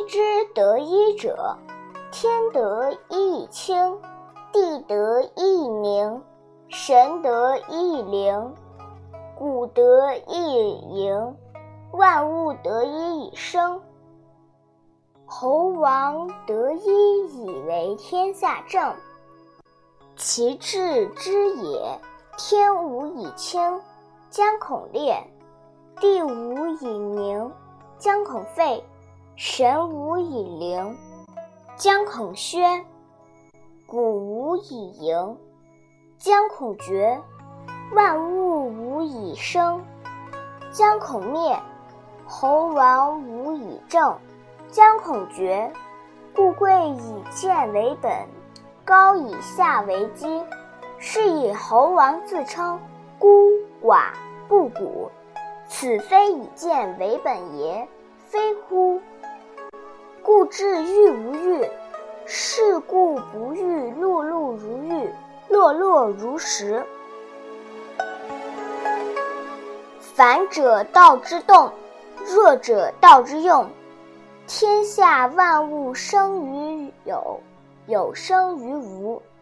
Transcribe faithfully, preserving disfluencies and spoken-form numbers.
之得一者，天得一清，地得一宁，神得一灵，谷得一盈，万物得一以生。侯王得一以为天下正，其志之也。天无以清，将恐裂；地无以宁，将恐废；神无以灵，将恐削；谷无以盈，将恐绝；万物无以生，将恐灭；侯王无以正，将恐绝。故贵以贱为本，高以下为基。是以侯王自称孤寡不古，此非以贱为本也，非乎？故至欲无欲，是故不欲碌碌如玉，落落如石。反者道之动，弱者道之用。天下万物生于有，有生于无。